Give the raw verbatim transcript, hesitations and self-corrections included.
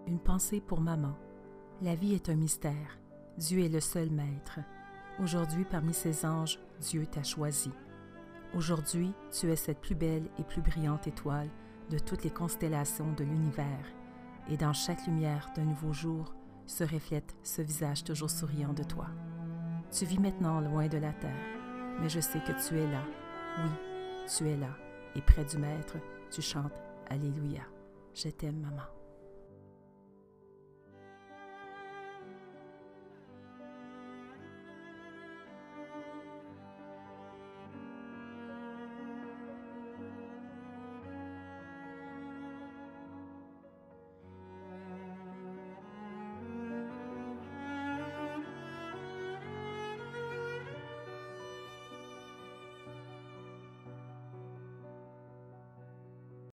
Une pensée pour maman. La vie est un mystère. Dieu est le seul maître. Aujourd'hui, parmi ses anges, Dieu t'a choisi. Aujourd'hui, tu es cette plus belle et plus brillante étoile de toutes les constellations de l'univers. Et dans chaque lumière d'un nouveau jour, se reflète ce visage toujours souriant de toi. Tu vis maintenant loin de la terre, mais je sais que tu es là. Oui, tu es là. Et près du Maître, tu chantes Alléluia. Je t'aime, maman.